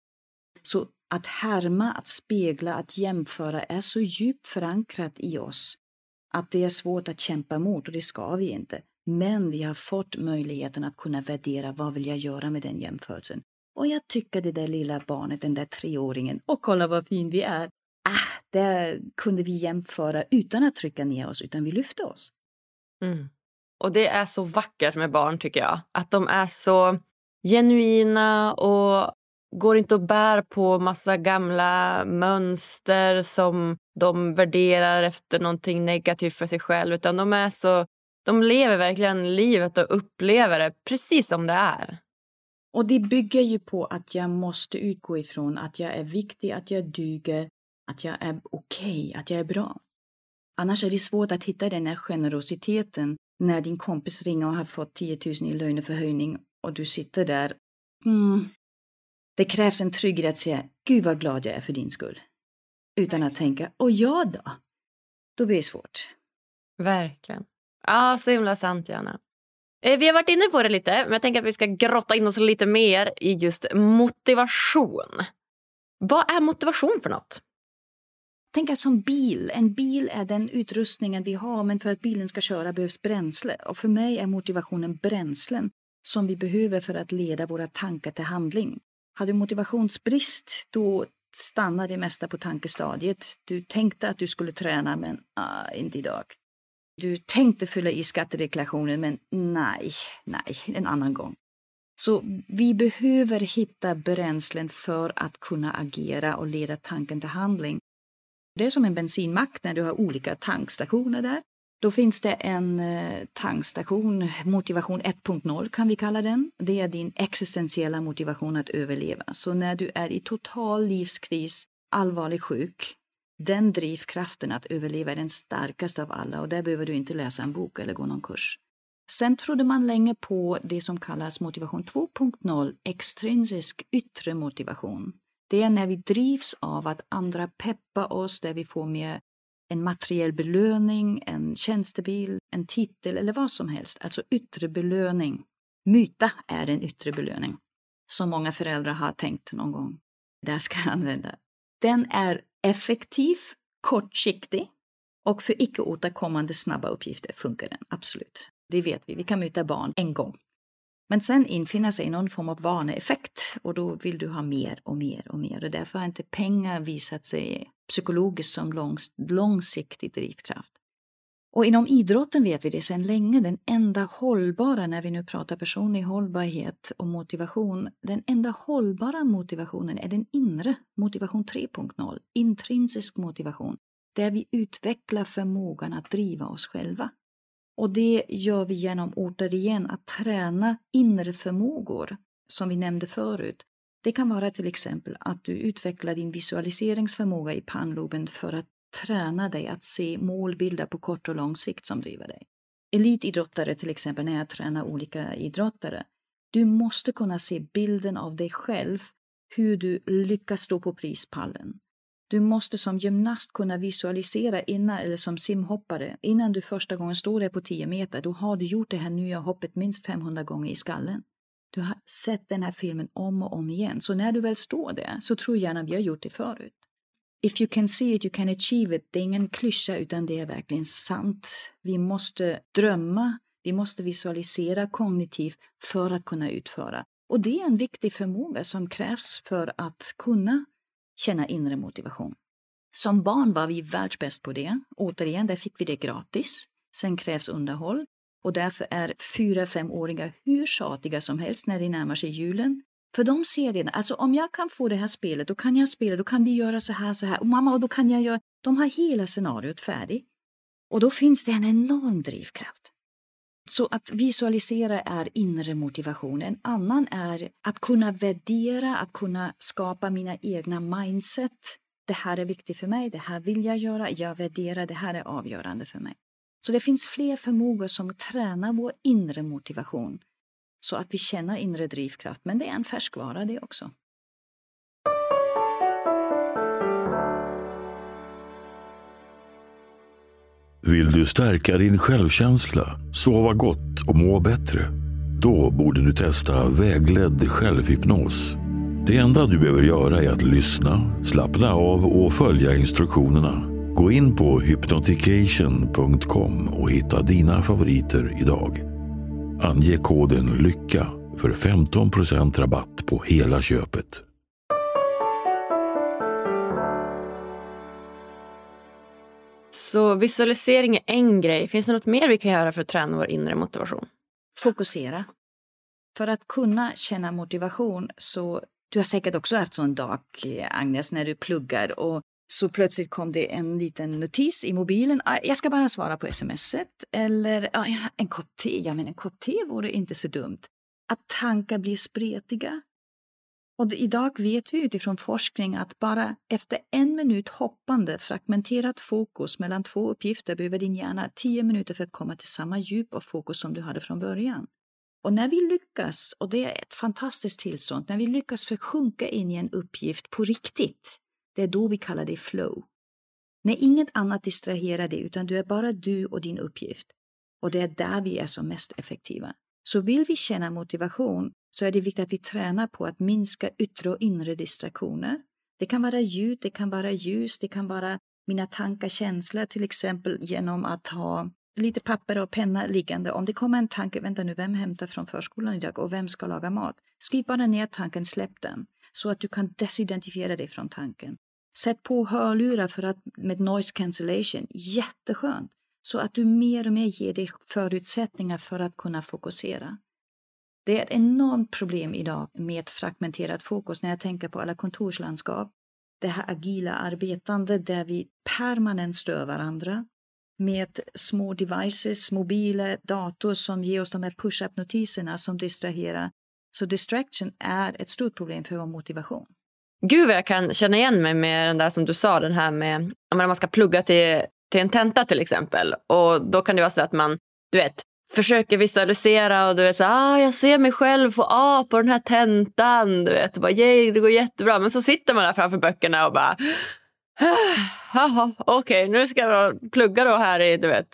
Så att härma, att spegla, att jämföra är så djupt förankrat i oss att det är svårt att kämpa mot, och det ska vi inte. Men vi har fått möjligheten att kunna värdera, vad vill jag göra med den jämförelsen. Och jag tycker det där lilla barnet, den där treåringen, och kolla vad fin vi är. Ah, där kunde vi jämföra utan att trycka ner oss, utan vi lyfte oss. Mm. Och det är så vackert med barn tycker jag. Att de är så genuina och går inte och bär på massa gamla mönster som de värderar efter någonting negativt för sig själv. Utan de är så, de lever verkligen livet och upplever det precis som det är. Och det bygger ju på att jag måste utgå ifrån att jag är viktig, att jag duger, att jag är okej, att jag är bra. Annars är det svårt att hitta den här generositeten när din kompis ringer och har fått tio tusen i löneförhöjning och du sitter där. Mm. Det krävs en trygghet att säga, gud vad glad jag är för din skull. Utan att tänka, och jag då? Då blir det svårt. Verkligen. Ja, så himla sant, Jana. Vi har varit inne på det lite, men jag tänker att vi ska grotta in oss lite mer i just motivation. Vad är motivation för något? Tänk som bil. En bil är den utrustningen vi har, men för att bilen ska köra behövs bränsle. Och för mig är motivationen bränslen som vi behöver för att leda våra tankar till handling. Har du motivationsbrist, då stannar det mesta på tankestadiet. Du tänkte att du skulle träna, men ah, inte idag. Du tänkte fylla i skattedeklarationen, men nej, nej, en annan gång. Så vi behöver hitta bränslen för att kunna agera och leda tanken till handling. Det är som en bensinmack när du har olika tankstationer där. Då finns det en eh, tankstation, motivation ett punkt noll kan vi kalla den. Det är din existentiella motivation att överleva. Så när du är i total livskris, allvarlig sjuk, den drivkraften att överleva är den starkaste av alla, och där behöver du inte läsa en bok eller gå någon kurs. Sen trodde man länge på det som kallas motivation två punkt noll, extrinsisk yttre motivation. Det är när vi drivs av att andra peppar oss, där vi får mer en materiell belöning, en tjänstebil, en titel eller vad som helst. Alltså yttre belöning. Myta är en yttre belöning som många föräldrar har tänkt någon gång. Där ska jag använda. Den är effektiv, kortsiktig och för icke återkommande snabba uppgifter funkar den, absolut. Det vet vi, vi kan myta barn en gång. Men sen infinner sig någon form av vaneeffekt och då vill du ha mer och mer och mer. Och därför har inte pengar visat sig psykologiskt som långs, långsiktig drivkraft. Och inom idrotten vet vi det sedan länge, den enda hållbara, när vi nu pratar personlig hållbarhet och motivation, den enda hållbara motivationen är den inre motivation tre punkt noll, intrinsisk motivation, där vi utvecklar förmågan att driva oss själva. Och det gör vi genom återigen att träna inre förmågor, som vi nämnde förut. Det kan vara till exempel att du utvecklar din visualiseringsförmåga i pannloben för att träna dig att se målbilder på kort och lång sikt som driver dig. Elitidrottare till exempel, när jag tränar olika idrottare, du måste kunna se bilden av dig själv, hur du lyckas stå på prispallen. Du måste som gymnast kunna visualisera innan, eller som simhoppare, innan du första gången står där på tio meter, då har du gjort det här nya hoppet minst femhundra gånger i skallen. Du har sett den här filmen om och om igen. Så när du väl står där så tror jag gärna vi har gjort det förut. If you can see it, you can achieve it. Det är ingen klyscha utan det är verkligen sant. Vi måste drömma, vi måste visualisera kognitivt för att kunna utföra. Och det är en viktig förmåga som krävs för att kunna känna inre motivation. Som barn var vi världsbäst på det. Återigen, där fick vi det gratis. Sen krävs underhåll. Och därför är fyra femåringar hur tjatiga som helst när det närmar sig julen. För de ser det. Alltså om jag kan få det här spelet, då kan jag spela. Då kan vi göra så här, så här. Och mamma, och då kan jag göra. De har hela scenariot färdigt. Och då finns det en enorm drivkraft. Så att visualisera är inre motivation. En annan är att kunna värdera, att kunna skapa mina egna mindset. Det här är viktigt för mig, det här vill jag göra, jag värderar, det här är avgörande för mig. Så det finns fler förmågor som tränar vår inre motivation. Så att vi känner inre drivkraft, men det är en färskvara det också. Vill du stärka din självkänsla, sova gott och må bättre? Då borde du testa vägledd självhypnos. Det enda du behöver göra är att lyssna, slappna av och följa instruktionerna. Gå in på hypnotication punkt com och hitta dina favoriter idag. Ange koden LYCKA för femton procent rabatt på hela köpet. Så visualisering är en grej. Finns det något mer vi kan göra för att träna vår inre motivation? Fokusera. För att kunna känna motivation så... Du har säkert också haft sån dag, Agnes, när du pluggar och så plötsligt kom det en liten notis i mobilen. Jag ska bara svara på smset. Eller ja, en kopp te. Ja, men en kopp te vore inte så dumt. Att tankar blir spretiga. Och idag vet vi utifrån forskning att bara efter en minut hoppande fragmenterat fokus mellan två uppgifter behöver din hjärna tio minuter för att komma till samma djup av fokus som du hade från början. Och när vi lyckas, och det är ett fantastiskt tillstånd, när vi lyckas försjunka in i en uppgift på riktigt, det är då vi kallar det flow. När inget annat distraherar dig utan du är bara du och din uppgift. Och det är där vi är som mest effektiva. Så vill vi känna motivation så är det viktigt att vi tränar på att minska yttre och inre distraktioner. Det kan vara ljud, det kan vara ljus, det kan vara mina tankar, känslor, till exempel genom att ha lite papper och penna liggande. Om det kommer en tanke, vänta nu, vem hämtar från förskolan idag och vem ska laga mat? Skriv bara ner tanken, släpp den. Så att du kan desidentifiera dig från tanken. Sätt på hörlurar för att, med noise cancellation, jätteskönt. Så att du mer och mer ger dig förutsättningar för att kunna fokusera. Det är ett enormt problem idag med ett fragmenterat fokus när jag tänker på alla kontorslandskap. Det här agila arbetande där vi permanent stör varandra. Med små devices, mobiler, dator som ger oss de här push-up-notiserna som distraherar. Så distraction är ett stort problem för vår motivation. Gud vad jag kan känna igen mig med den där som du sa, den här med när man ska plugga till, till en tenta till exempel. Och då kan det vara så att man, du vet, försöker visualisera och du vet så ah, jag ser mig själv få A på den här tentan, du vet, bara yay, det går jättebra. Men så sitter man där framför böckerna och bara jaha, okej, okay, nu ska jag plugga då här i, du vet,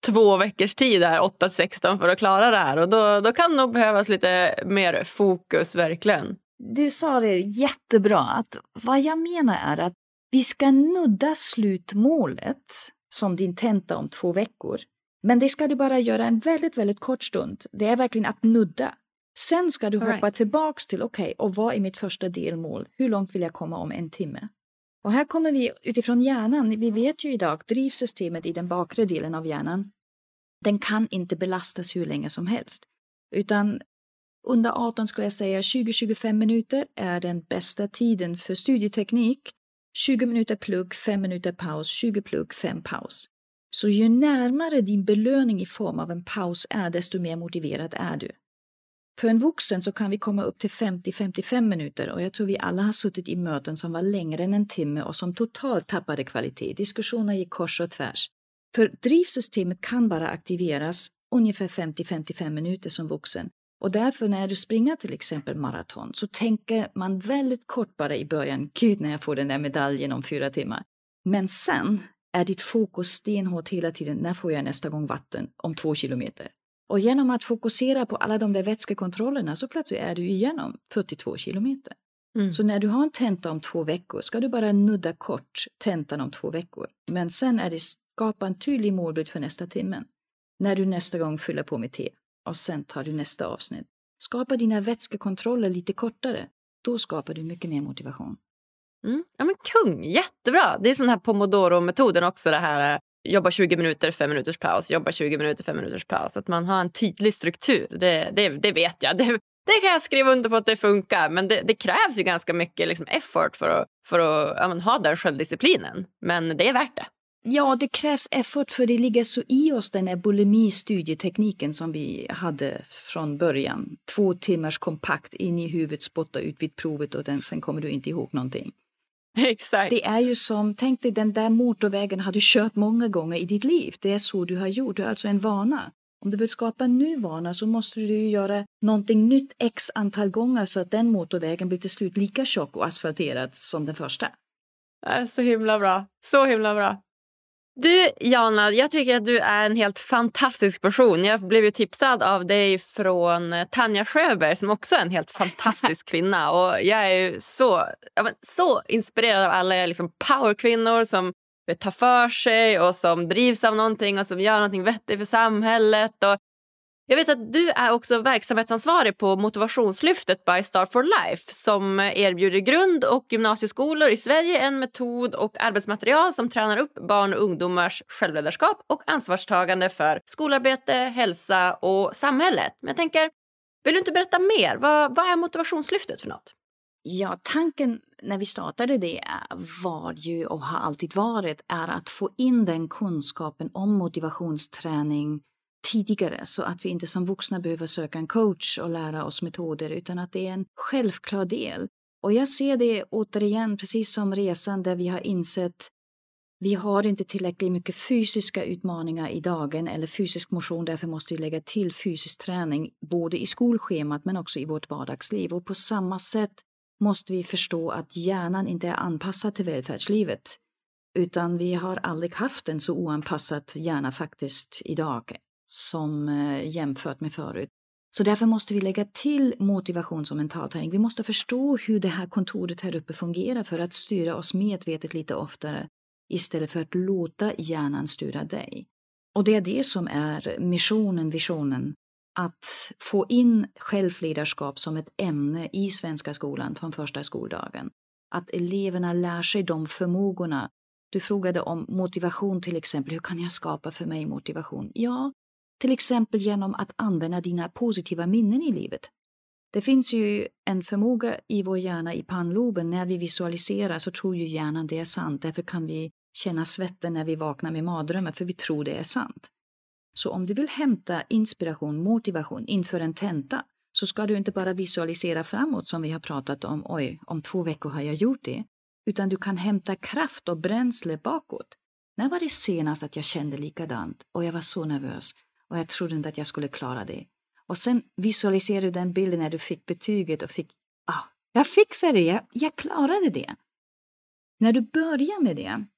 två veckors tid här, åtta till sexton, för att klara det här. Och då, då kan nog behövas lite mer fokus, verkligen. Du sa det jättebra. Att vad jag menar är att vi ska nudda slutmålet som din tenta om två veckor. Men det ska du bara göra en väldigt, väldigt kort stund. Det är verkligen att nudda. Sen ska du All hoppa right. tillbaks till, okej, okay, och vad är mitt första delmål? Hur långt vill jag komma om en timme? Och här kommer vi utifrån hjärnan. Vi vet ju idag, drivsystemet i den bakre delen av hjärnan, den kan inte belastas hur länge som helst. Utan under arton skulle jag säga tjugo till tjugofem minuter är den bästa tiden för studieteknik. tjugo minuter plugg, fem minuter paus, tjugo plugg, fem paus. Så ju närmare din belöning i form av en paus är, desto mer motiverad är du. För en vuxen så kan vi komma upp till femtio till femtiofem minuter, och jag tror vi alla har suttit i möten som var längre än en timme och som totalt tappade kvalitet. Diskussioner gick kors och tvärs. För drivsystemet kan bara aktiveras ungefär femtio till femtiofem minuter som vuxen. Och därför när du springer till exempel maraton så tänker man väldigt kort bara i början, gud när jag får den där medaljen om fyra timmar. Men sen är ditt fokus stenhårt hela tiden, när får jag nästa gång vatten om två kilometer? Och genom att fokusera på alla de där vätskekontrollerna så plötsligt är du igenom fyrtiotvå kilometer. Mm. Så när du har en tenta om två veckor ska du bara nudda kort tentan om två veckor. Men sen är det skapa en tydlig målbild för nästa timmen. När du nästa gång fyller på med te och sen tar du nästa avsnitt. Skapa dina vätskekontroller lite kortare. Då skapar du mycket mer motivation. Mm. Ja men kung, jättebra. Det är som den här Pomodoro-metoden också, det här jobba tjugo minuter, fem minuters paus, jobba tjugo minuter, fem minuters paus. Att man har en tydlig struktur, det, det, det vet jag. Det, det kan jag skriva under på att det funkar, men det, det krävs ju ganska mycket liksom, effort för att, för att ja, man, ha den självdisciplinen. Men det är värt det. Ja, det krävs effort för det ligger så i oss den här bulimi-studietekniken som vi hade från början. Två timmars kompakt in i huvudet, spotta ut vid provet och den, sen kommer du inte ihåg någonting. Exakt. Det är ju som, tänk dig den där motorvägen har du kört många gånger i ditt liv. Det är så du har gjort, du har alltså en vana. Om du vill skapa en ny vana så måste du göra någonting nytt x antal gånger så att den motorvägen blir till slut lika tjock och asfalterad som den första. Det är så himla bra, så himla bra. Du, Jana, jag tycker att du är en helt fantastisk person. Jag blev ju tipsad av dig från Tanja Sjöberg som också är en helt fantastisk kvinna. Och jag är ju så, ja, men, så inspirerad av alla liksom powerkvinnor som tar för sig och som drivs av någonting och som gör någonting vettigt för samhället. Och jag vet att du är också verksamhetsansvarig på Motivationslyftet by Start for Life som erbjuder grund- och gymnasieskolor i Sverige en metod och arbetsmaterial som tränar upp barn och ungdomars självledarskap och ansvarstagande för skolarbete, hälsa och samhället. Men jag tänker, vill du inte berätta mer? Vad, vad är Motivationslyftet för något? Ja, tanken när vi startade det var ju och har alltid varit är att få in den kunskapen om motivationsträning tidigare så att vi inte som vuxna behöver söka en coach och lära oss metoder utan att det är en självklar del. Och jag ser det återigen precis som resan där vi har insett vi har inte tillräckligt mycket fysiska utmaningar i dagen eller fysisk motion, därför måste vi lägga till fysisk träning både i skolschemat men också i vårt vardagsliv. Och på samma sätt måste vi förstå att hjärnan inte är anpassad till välfärdslivet utan vi har aldrig haft en så oanpassad hjärna faktiskt idag som eh, jämfört med förut. Så därför måste vi lägga till motivations- och mentalträning. Vi måste förstå hur det här kontoret här uppe fungerar för att styra oss medvetet lite oftare istället för att låta hjärnan styra dig. Och det är det som är missionen, visionen. Att få in självledarskap som ett ämne i svenska skolan från första skoldagen. Att eleverna lär sig de förmågorna. Du frågade om motivation till exempel. Hur kan jag skapa för mig motivation? Ja, till exempel genom att använda dina positiva minnen i livet. Det finns ju en förmåga i vår hjärna i pannloben. När vi visualiserar så tror ju hjärnan det är sant. Därför kan vi känna svetten när vi vaknar med mardrömmar för vi tror det är sant. Så om du vill hämta inspiration, motivation inför en tenta så ska du inte bara visualisera framåt som vi har pratat om. Oj, om två veckor har jag gjort det. Utan du kan hämta kraft och bränsle bakåt. När var det senast att jag kände likadant och jag var så nervös och jag trodde inte att jag skulle klara det. Och sen visualiserar du den bilden när du fick betyget och fick, ah, jag fixade det, jag, jag klarade det. När du börjar med det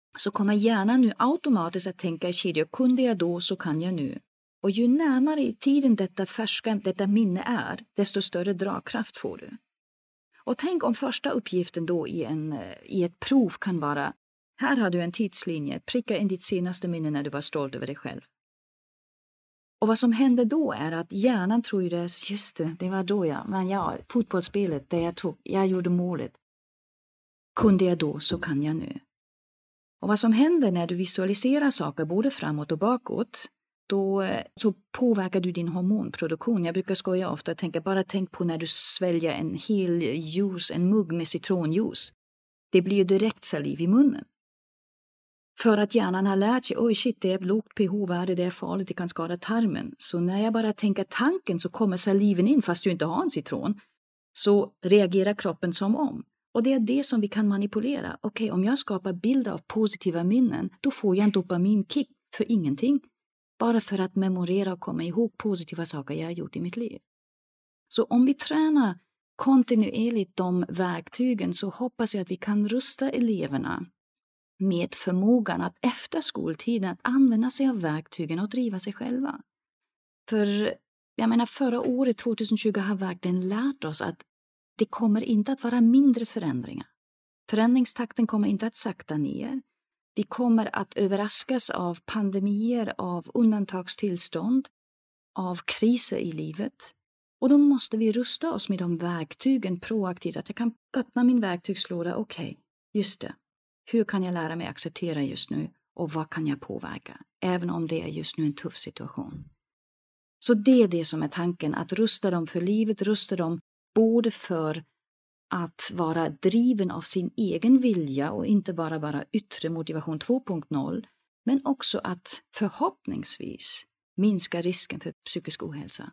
så kommer hjärnan nu automatiskt att tänka i kedjor. Kunde jag då så kan jag nu. Och ju närmare i tiden detta färska, detta minne är, desto större dragkraft får du. Och tänk om första uppgiften då i, en, i ett prov kan vara: här har du en tidslinje, pricka in ditt senaste minne när du var stolt över dig själv. Och vad som händer då är att hjärnan tror ju det, just det, det var då jag, men ja, fotbollsspelet, det jag tog, jag gjorde målet. Kunde jag då så kan jag nu. Och vad som händer när du visualiserar saker både framåt och bakåt, då så påverkar du din hormonproduktion. Jag brukar skoja ofta och tänka, bara tänk på när du sväljer en hel juice, en mugg med citronjuice. Det blir ju direkt saliv i munnen. För att hjärnan har lärt sig, oj shit, det är ett lågt pH-värde, det är farligt, det kan skada tarmen. Så när jag bara tänker tanken så kommer saliven in fast du inte har en citron. Så reagerar kroppen som om. Och det är det som vi kan manipulera. Okej, okay, om jag skapar bilder av positiva minnen, då får jag en dopaminkick för ingenting. Bara för att memorera och komma ihåg positiva saker jag har gjort i mitt liv. Så om vi tränar kontinuerligt de verktygen så hoppas jag att vi kan rusta eleverna med förmågan att efter skoltiden att använda sig av verktygen och driva sig själva. För jag menar förra året tjugohundratjugo har verkligen lärt oss att det kommer inte att vara mindre förändringar. Förändringstakten kommer inte att sakta ner. Vi kommer att överraskas av pandemier, av undantagstillstånd, av kriser i livet. Och då måste vi rusta oss med de verktygen proaktivt. Att jag kan öppna min verktygslåda. Okej, okay, just det. Hur kan jag lära mig acceptera just nu? Och vad kan jag påverka? Även om det är just nu en tuff situation. Så det är det som är tanken. Att rusta dem för livet. Rusta dem både för att vara driven av sin egen vilja och inte bara vara yttre motivation två punkt noll, men också att förhoppningsvis minska risken för psykisk ohälsa.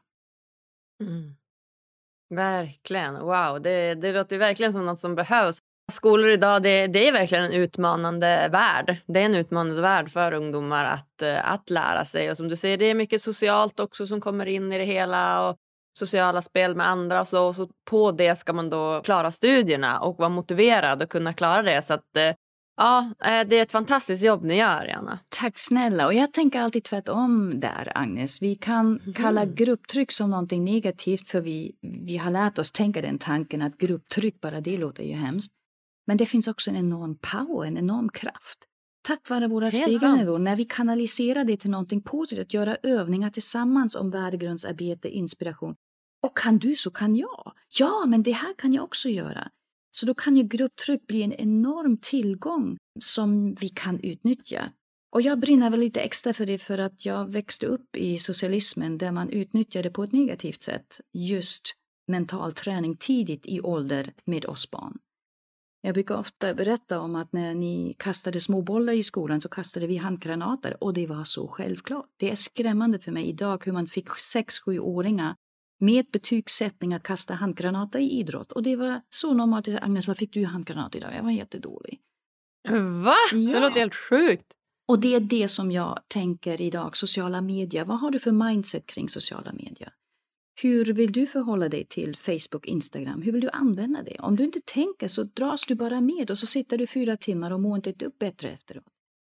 Mm. Verkligen, wow, det, det låter verkligen som något som behövs. Skolor idag, det, det är verkligen en utmanande värld. Det är en utmanande värld för ungdomar att, att lära sig. Och som du säger, det är mycket socialt också som kommer in i det hela och sociala spel med andra. Så, så på det ska man då klara studierna och vara motiverad och kunna klara det. Så att, ja, det är ett fantastiskt jobb ni gör, Jana. Tack snälla. Och jag tänker alltid tvärtom där, Agnes. Vi kan mm. kalla grupptryck som någonting negativt för vi, vi har lärt oss tänka den tanken att grupptryck bara det låter ju hemskt. Men det finns också en enorm power, en enorm kraft. Tack vare våra spegelnivåer, när vi kanaliserar det till någonting positivt, att göra övningar tillsammans om värdegrundsarbete, inspiration. Och kan du så kan jag. Ja, men det här kan jag också göra. Så då kan ju grupptryck bli en enorm tillgång som vi kan utnyttja. Och jag brinner väl lite extra för det för att jag växte upp i socialismen där man utnyttjade på ett negativt sätt just mental träning tidigt i ålder med oss barn. Jag brukar ofta berätta om att när ni kastade små bollar i skolan så kastade vi handgranater och det var så självklart. Det är skrämmande för mig idag hur man fick sex-sju-åringar med betygssättning att kasta handgranater i idrott. Och det var så normalt. Agnes, vad fick du i handgranat idag? Jag var jättedålig. Va? Ja. Det låter helt sjukt. Och det är det som jag tänker idag. Sociala medier. Vad har du för mindset kring sociala medier? Hur vill du förhålla dig till Facebook, Instagram? Hur vill du använda det? Om du inte tänker så dras du bara med och så sitter du fyra timmar och mår inte upp bättre efteråt.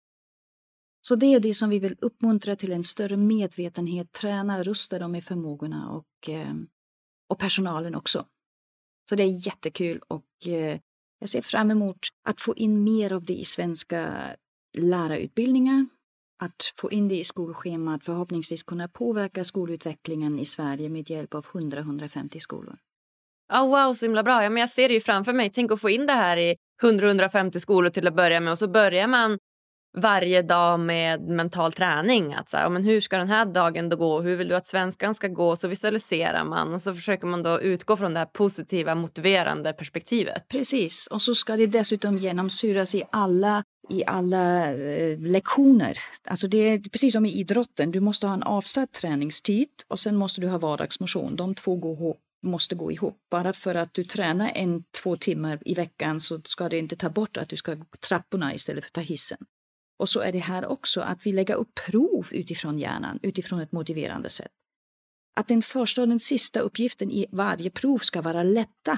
Så det är det som vi vill uppmuntra till en större medvetenhet, träna, rusta dem med förmågorna och, eh, och personalen också. Så det är jättekul och eh, jag ser fram emot att få in mer av det i svenska lärarutbildningar. Att få in det i skolschemat, förhoppningsvis kunna påverka skolutvecklingen i Sverige med hjälp av hundra till hundrafemtio skolor. Oh, wow, så himla bra. Ja, men jag ser det ju framför mig. Tänk att få in det här i hundra till hundrafemtio skolor till att börja med. Och så börjar man varje dag med mental träning. Att så här, men hur ska den här dagen då gå? Hur vill du att svenskan ska gå? Så visualiserar man och så försöker man då utgå från det här positiva, motiverande perspektivet. Precis, och så ska det dessutom genomsyras i alla, i alla eh, lektioner. Alltså det är precis som i idrotten. Du måste ha en avsatt träningstid och sen måste du ha vardagsmotion. De två går, måste gå ihop. Bara för att du tränar en, två timmar i veckan så ska det inte ta bort att du ska gå trapporna istället för att ta hissen. Och så är det här också att vi lägger upp prov utifrån hjärnan, utifrån ett motiverande sätt. Att den första och den sista uppgiften i varje prov ska vara lätta.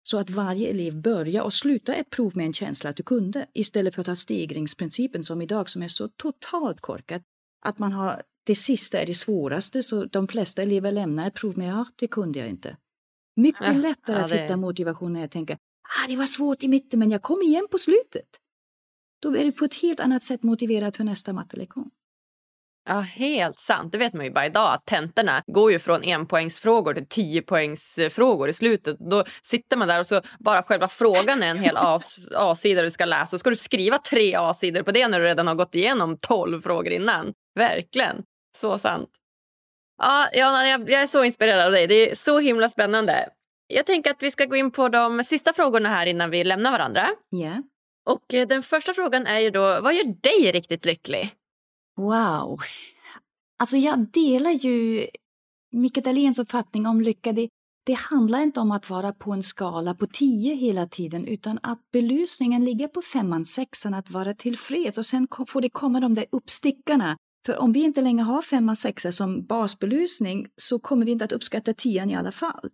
Så att varje elev börjar och slutar ett prov med en känsla att du kunde. Istället för att ha stegringsprincipen som idag som är så totalt korkat. Att man har det sista är det svåraste så de flesta elever lämnar ett prov med ja, det kunde jag inte. Mycket Ja, lättare ja, att det- hitta motivation när jag tänker ah, det var svårt i mitten men jag kom igen på slutet. Då är du på ett helt annat sätt motiverad för nästa mattelektion. Ja, helt sant. Det vet man ju bara idag att tentorna går ju från enpoängsfrågor till tiopoängsfrågor i slutet. Då sitter man där och så bara själva frågan är en hel A- A-sida du ska läsa. Och ska du skriva tre A-sidor på det när du redan har gått igenom tolv frågor innan. Verkligen. Så sant. Ja, ja jag, jag är så inspirerad av dig. Det är så himla spännande. Jag tänker att vi ska gå in på de sista frågorna här innan vi lämnar varandra. Ja. Och eh, den första frågan är ju då, vad gör dig riktigt lycklig? Wow. Alltså jag delar ju Micke Dahléns uppfattning om lycka. Det, det handlar inte om att vara på en skala på tio hela tiden utan att belysningen ligger på femman, sexan, att vara tillfreds och sen ko- får det komma de där uppstickarna. För om vi inte längre har femman, sexan som basbelysning så kommer vi inte att uppskatta tian i alla fall.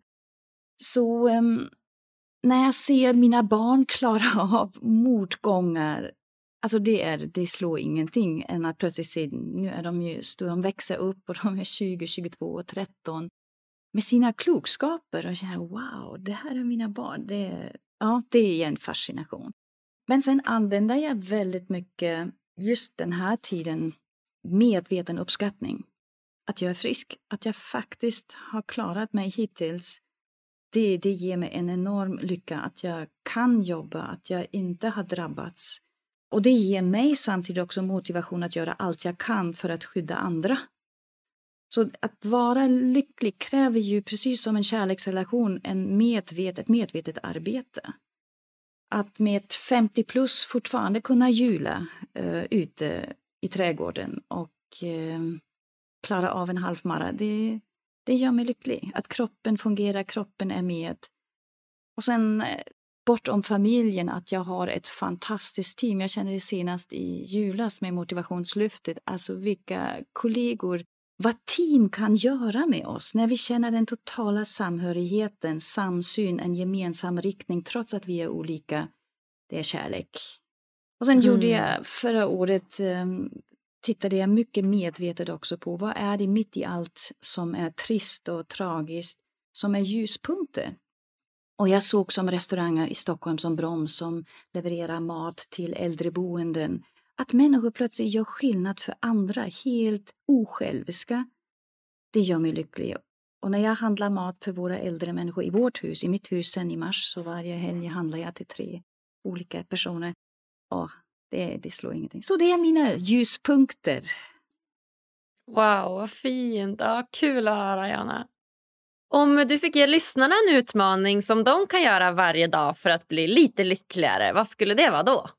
Så um, när jag ser mina barn klara av motgångar, alltså det, är, det slår ingenting än att plötsligt se, nu är de ju stora, de växer upp och de är tjugo, tjugotvå och tretton med sina klokskaper och känner wow, det här är mina barn. Det, ja, det är en fascination. Men sen använder jag väldigt mycket just den här tiden medveten uppskattning. Att jag är frisk, att jag faktiskt har klarat mig hittills. Det, det ger mig en enorm lycka att jag kan jobba, att jag inte har drabbats. Och det ger mig samtidigt också motivation att göra allt jag kan för att skydda andra. Så att vara lycklig kräver ju precis som en kärleksrelation en medvet, ett medvetet arbete. Att med ett femtio plus fortfarande kunna jula uh, ute i trädgården och uh, klara av en halvmara, det, det gör mig lycklig. Att kroppen fungerar, kroppen är med. Och sen uh, bortom familjen att jag har ett fantastiskt team. Jag känner det senast i julas med motivationslyftet. Alltså vilka kollegor, vad team kan göra med oss när vi känner den totala samhörigheten, samsyn, en gemensam riktning trots att vi är olika. Det är kärlek. Och sen mm. gjorde jag förra året, um, tittade jag mycket medvetet också på vad är det mitt i allt som är trist och tragiskt som är ljuspunkter. Och jag såg som restauranger i Stockholm som Broms som levererar mat till äldreboenden. Att människor plötsligt gör skillnad för andra, helt osjälviska. Det gör mig lycklig. Och när jag handlar mat för våra äldre människor i vårt hus, i mitt hus sen i mars, så varje helg handlar jag till tre olika personer. Åh, det, det slår ingenting. Så det är mina ljuspunkter. Wow, vad fint. Ja, kul att höra, Jana. Om du fick ge lyssnarna en utmaning som de kan göra varje dag för att bli lite lyckligare, vad skulle det vara då?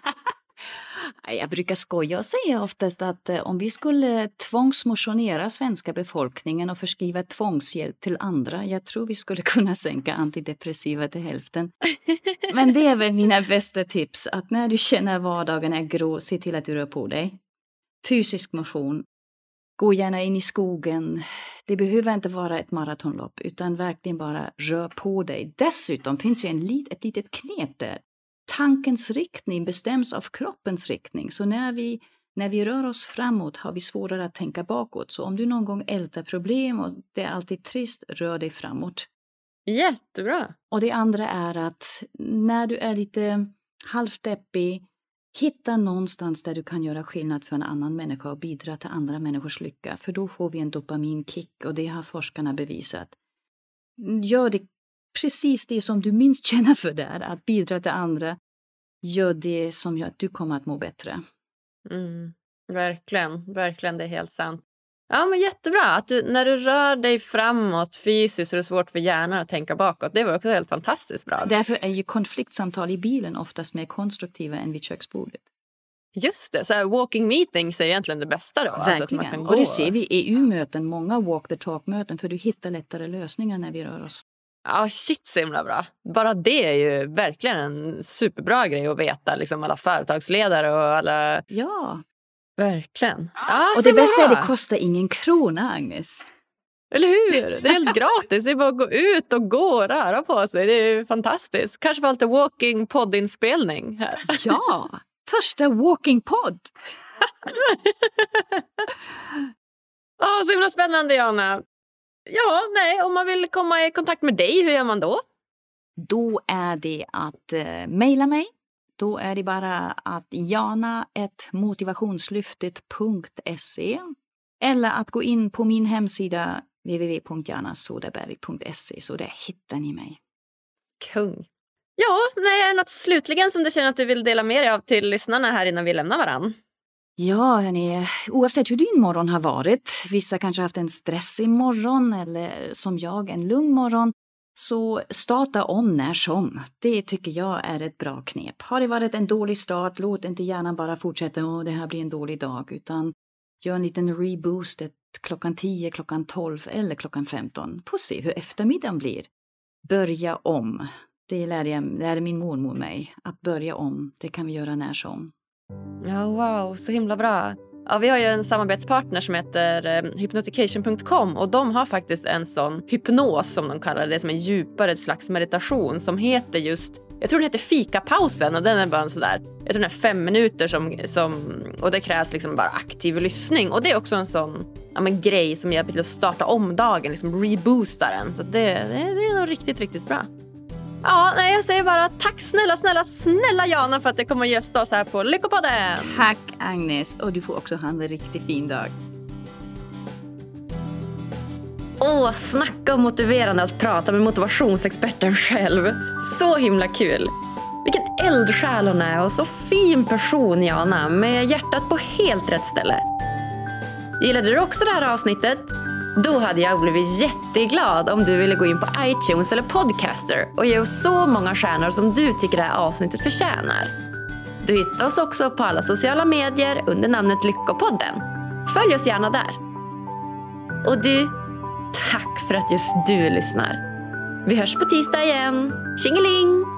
Jag brukar skoja och säga oftast att om vi skulle tvångsmotionera svenska befolkningen och förskriva tvångshjälp till andra, jag tror vi skulle kunna sänka antidepressiva till hälften. Men det är väl mina bästa tips, att när du känner vardagen är grå, se till att du rör på dig. Fysisk motion. Gå gärna in i skogen. Det behöver inte vara ett maratonlopp utan verkligen bara rör på dig. Dessutom finns ju en lit, ett litet knep där. Tankens riktning bestäms av kroppens riktning. Så när vi, när vi rör oss framåt har vi svårare att tänka bakåt. Så om du någon gång ältar problem och det är alltid trist, rör dig framåt. Jättebra. Och det andra är att när du är lite halvdeppig, hitta någonstans där du kan göra skillnad för en annan människa och bidra till andra människors lycka. För då får vi en dopaminkick och det har forskarna bevisat. Gör det precis det som du minst känner för där, att bidra till andra. Gör det som gör att du kommer att må bättre. Mm, verkligen, verkligen, det är helt sant. Ja, men jättebra. Att du, när du rör dig framåt fysiskt så är det svårt för hjärnan att tänka bakåt. Det var också helt fantastiskt bra. Därför är ju konfliktsamtal i bilen oftast mer konstruktiva än vid köksbordet. Just det, så här, walking meetings är egentligen det bästa då. Verkligen, alltså att man kan och gå. det ser vi i E U-möten, många walk the talk-möten, för du hittar lättare lösningar när vi rör oss. Ja, shit så himla bra. Bara det är ju verkligen en superbra grej att veta. Liksom alla företagsledare och alla... Ja. Verkligen. Ja, och det bästa är att det kostar ingen krona, Agnes. Eller hur? Det är helt gratis. Det är bara att gå ut och gå och röra på sig. Det är fantastiskt. Kanske var lite walking poddinspelning här. Ja, första walking podd. Ja, så himla spännande, Jana. Ja, nej, om man vill komma i kontakt med dig, hur gör man då? Då är det att eh, mejla mig. Då är det bara att jana at motivationslyftet punkt se eller att gå in på min hemsida w w w punkt jana soderberg punkt se, så där hittar ni mig. Kung. Ja, nej, är det något slutligen som du känner att du vill dela med dig av till lyssnarna här innan vi lämnar varann? Ja, hörni, oavsett hur din morgon har varit, vissa kanske har haft en stressig morgon eller som jag en lugn morgon, så starta om när som. Det tycker jag är ett bra knep. Har det varit en dålig start, låt inte gärna bara fortsätta, åh det här blir en dålig dag, utan gör en liten reboost klockan tio, klockan tolv eller klockan femton. Få se hur eftermiddagen blir. Börja om. Det lärde, jag, lärde min mormor mig. Att börja om, det kan vi göra när som. Ja, wow, så himla bra. Ja, vi har ju en samarbetspartner som heter eh, hypnotication punkt com och de har faktiskt en sån hypnos som de kallar det, som en djupare slags meditation som heter just, jag tror den heter fikapausen, och den är bara en sådär, jag tror den är fem minuter som, som, och det krävs liksom bara aktiv lyssning, och det är också en sån ja, men, grej som hjälper till att starta om dagen, liksom reboosta den, så det, det, det är nog riktigt, riktigt bra. Ja, nej, jag säger bara tack snälla, snälla, snälla Jana för att du kommer att gästa oss här på Lyckopodden. Tack Agnes, och du får också ha en riktigt fin dag. Åh, snacka om motiverande att prata med motivationsexperten själv. Så himla kul. Vilken eldsjäl hon är och så fin person, Jana, med hjärtat på helt rätt ställe. Gillade du också det här avsnittet? Då hade jag blivit jätteglad om du ville gå in på iTunes eller Podcaster och ge oss så många stjärnor som du tycker det här avsnittet förtjänar. Du hittar oss också på alla sociala medier under namnet Lyckopodden. Följ oss gärna där. Och du, tack för att just du lyssnar. Vi hörs på tisdag igen. Tjingeling!